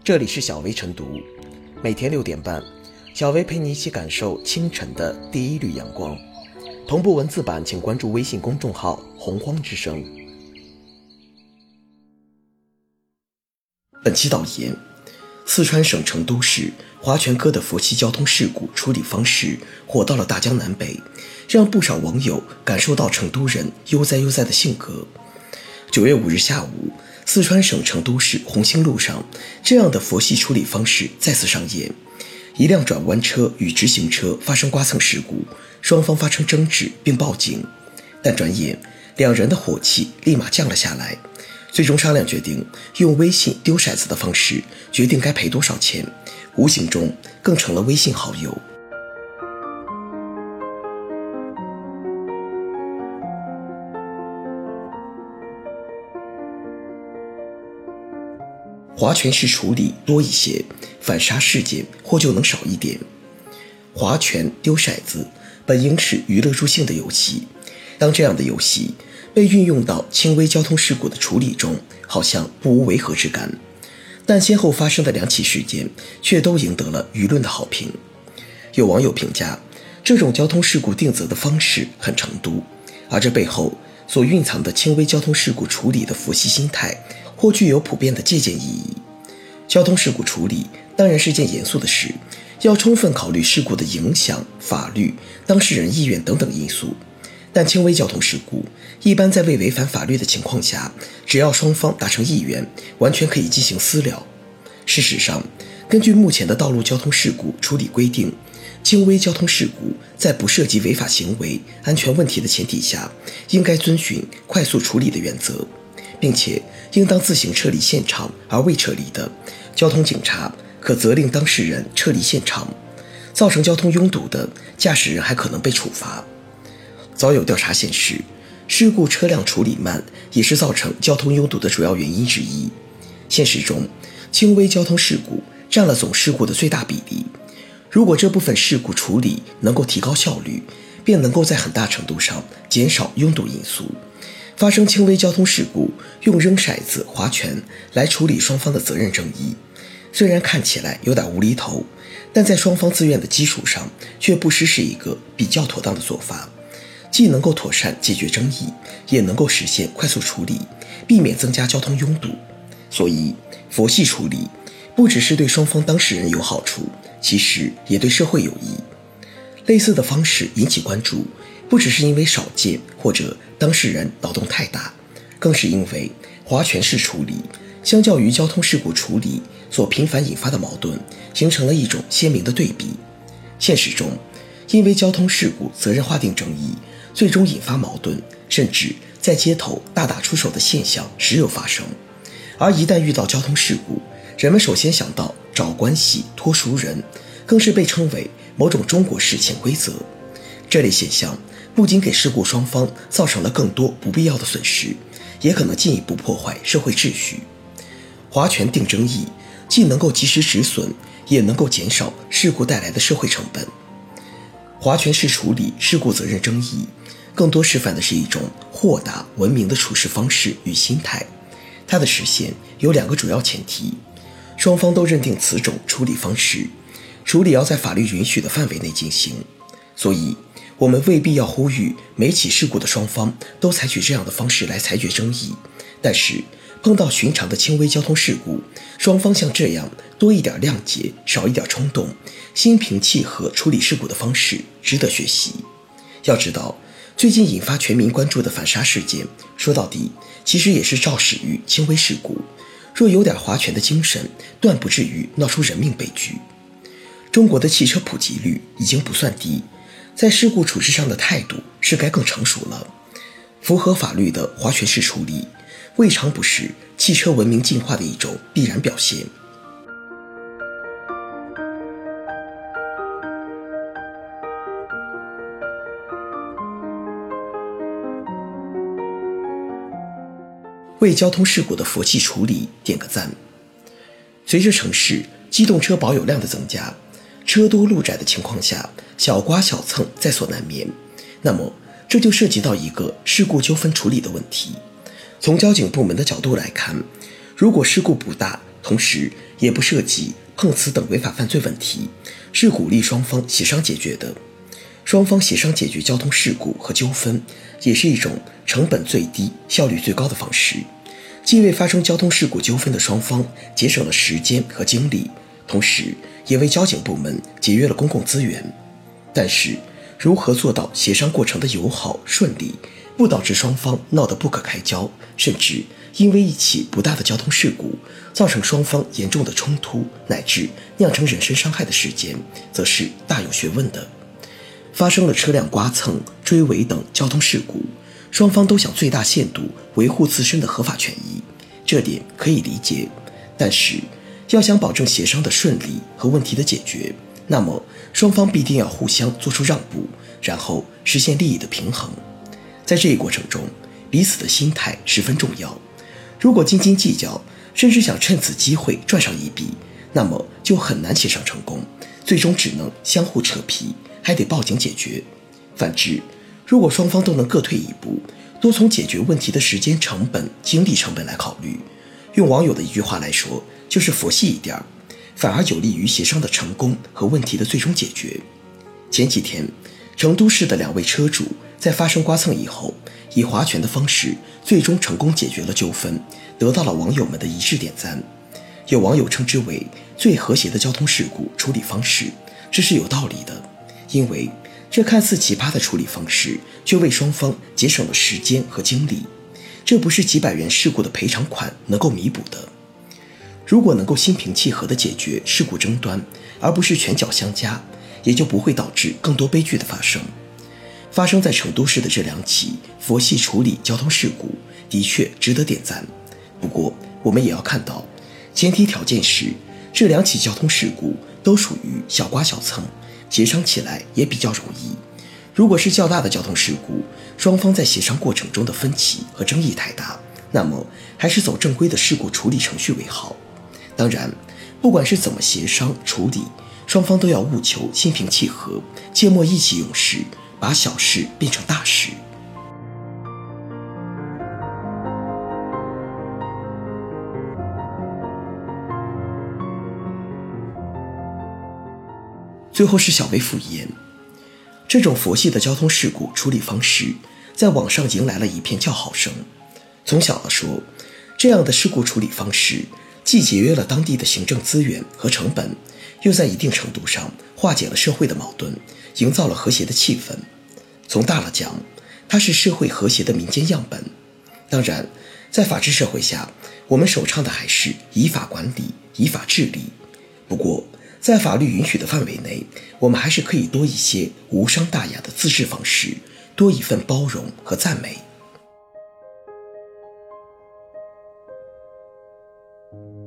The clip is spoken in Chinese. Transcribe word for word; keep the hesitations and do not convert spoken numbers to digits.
这里是小薇晨读，每天六点半，小薇陪你一起感受清晨的第一缕阳光。同步文字版请关注微信公众号洪荒之声。本期导言：四川省成都市划拳哥的佛系交通事故处理方式火到了大江南北，让不少网友感受到成都人悠哉悠哉的性格。九月五日下午，四川省成都市红星路上，这样的佛系处理方式再次上演。一辆转弯车与直行车发生刮蹭事故，双方发生争执并报警，但转眼两人的火气立马降了下来，最终商量决定用微信丢骰子的方式决定该赔多少钱，无形中更成了微信好友。划拳式处理多一些，反杀事件或就能少一点。划拳丢骰子本应是娱乐助兴的游戏，当这样的游戏被运用到轻微交通事故的处理中，好像不无违和之感。但先后发生的两起事件却都赢得了舆论的好评。有网友评价，这种交通事故定责的方式很成都，而这背后所蕴藏的轻微交通事故处理的佛系心态或具有普遍的借鉴意义。交通事故处理当然是件严肃的事，要充分考虑事故的影响、法律、当事人意愿等等因素。但轻微交通事故一般在未违反法律的情况下，只要双方达成意愿，完全可以进行私了。事实上，根据目前的道路交通事故处理规定，轻微交通事故在不涉及违法行为、安全问题的前提下，应该遵循快速处理的原则，并且应当自行撤离现场而未撤离的，交通警察可责令当事人撤离现场。造成交通拥堵的，驾驶人还可能被处罚。早有调查显示，事故车辆处理慢也是造成交通拥堵的主要原因之一。现实中，轻微交通事故占了总事故的最大比例。如果这部分事故处理能够提高效率，便能够在很大程度上减少拥堵因素。发生轻微交通事故，用扔骰子、划拳来处理双方的责任争议，虽然看起来有点无厘头，但在双方自愿的基础上，却不失是一个比较妥当的做法，既能够妥善解决争议，也能够实现快速处理，避免增加交通拥堵。所以，佛系处理不只是对双方当事人有好处，其实也对社会有益。类似的方式引起关注，不只是因为少见或者当事人脑洞太大，更是因为划拳式处理相较于交通事故处理所频繁引发的矛盾，形成了一种鲜明的对比。现实中，因为交通事故责任划定争议，最终引发矛盾，甚至在街头大打出手的现象时有发生。而一旦遇到交通事故，人们首先想到找关系、托熟人，更是被称为某种中国式潜规则。这类现象不仅给事故双方造成了更多不必要的损失，也可能进一步破坏社会秩序。划拳定争议既能够及时止损，也能够减少事故带来的社会成本。划拳式处理事故责任争议，更多示范的是一种豁达文明的处事方式与心态。它的实现有两个主要前提：双方都认定此种处理方式，处理要在法律允许的范围内进行。所以我们未必要呼吁每起事故的双方都采取这样的方式来裁决争议，但是碰到寻常的轻微交通事故，双方像这样多一点谅解，少一点冲动，心平气和处理事故的方式值得学习。要知道，最近引发全民关注的反杀事件，说到底其实也是肇始于轻微事故，若有点划拳的精神，断不至于闹出人命悲剧。中国的汽车普及率已经不算低，在事故处置上的态度是该更成熟了。符合法律的划拳式处理，未尝不是汽车文明进化的一种必然表现。为交通事故的佛系处理点个赞。随着城市机动车保有量的增加，车多路窄的情况下，小刮小蹭在所难免。那么这就涉及到一个事故纠纷处理的问题。从交警部门的角度来看，如果事故不大，同时也不涉及碰瓷等违法犯罪问题，是鼓励双方协商解决的。双方协商解决交通事故和纠纷，也是一种成本最低、效率最高的方式，既为发生交通事故纠纷的双方节省了时间和精力，同时也为交警部门节约了公共资源。但是，如何做到协商过程的友好顺利，不导致双方闹得不可开交，甚至因为一起不大的交通事故造成双方严重的冲突，乃至酿成人身伤害的事件，则是大有学问的。发生了车辆刮蹭、追尾等交通事故，双方都想最大限度维护自身的合法权益，这点可以理解。但是，要想保证协商的顺利和问题的解决，那么双方必定要互相做出让步，然后实现利益的平衡。在这一过程中，彼此的心态十分重要。如果斤斤计较，甚至想趁此机会赚上一笔，那么就很难协商成功，最终只能相互扯皮，还得报警解决。反之，如果双方都能各退一步，多从解决问题的时间成本、精力成本来考虑，用网友的一句话来说，就是佛系一点，反而有利于协商的成功和问题的最终解决。前几天，成都市的两位车主在发生刮蹭以后，以划拳的方式最终成功解决了纠纷，得到了网友们的一致点赞。有网友称之为最和谐的交通事故处理方式，这是有道理的，因为这看似奇葩的处理方式，却为双方节省了时间和精力，这不是几百元事故的赔偿款能够弥补的。如果能够心平气和地解决事故争端，而不是拳脚相加，也就不会导致更多悲剧的发生。发生在成都市的这两起佛系处理交通事故，的确值得点赞。不过，我们也要看到，前提条件是这两起交通事故都属于小刮小蹭，协商起来也比较容易。如果是较大的交通事故，双方在协商过程中的分歧和争议太大，那么还是走正规的事故处理程序为好。当然，不管是怎么协商处理，双方都要务求心平气和，切莫意气用事，把小事变成大事。最后是小微复言，这种佛系的交通事故处理方式在网上迎来了一片叫好声。从小了说，这样的事故处理方式既节约了当地的行政资源和成本，又在一定程度上化解了社会的矛盾，营造了和谐的气氛。从大了讲，它是社会和谐的民间样本。当然，在法治社会下，我们首倡的还是以法管理，以法治理。不过，在法律允许的范围内，我们还是可以多一些无伤大雅的自治方式，多一份包容和赞美。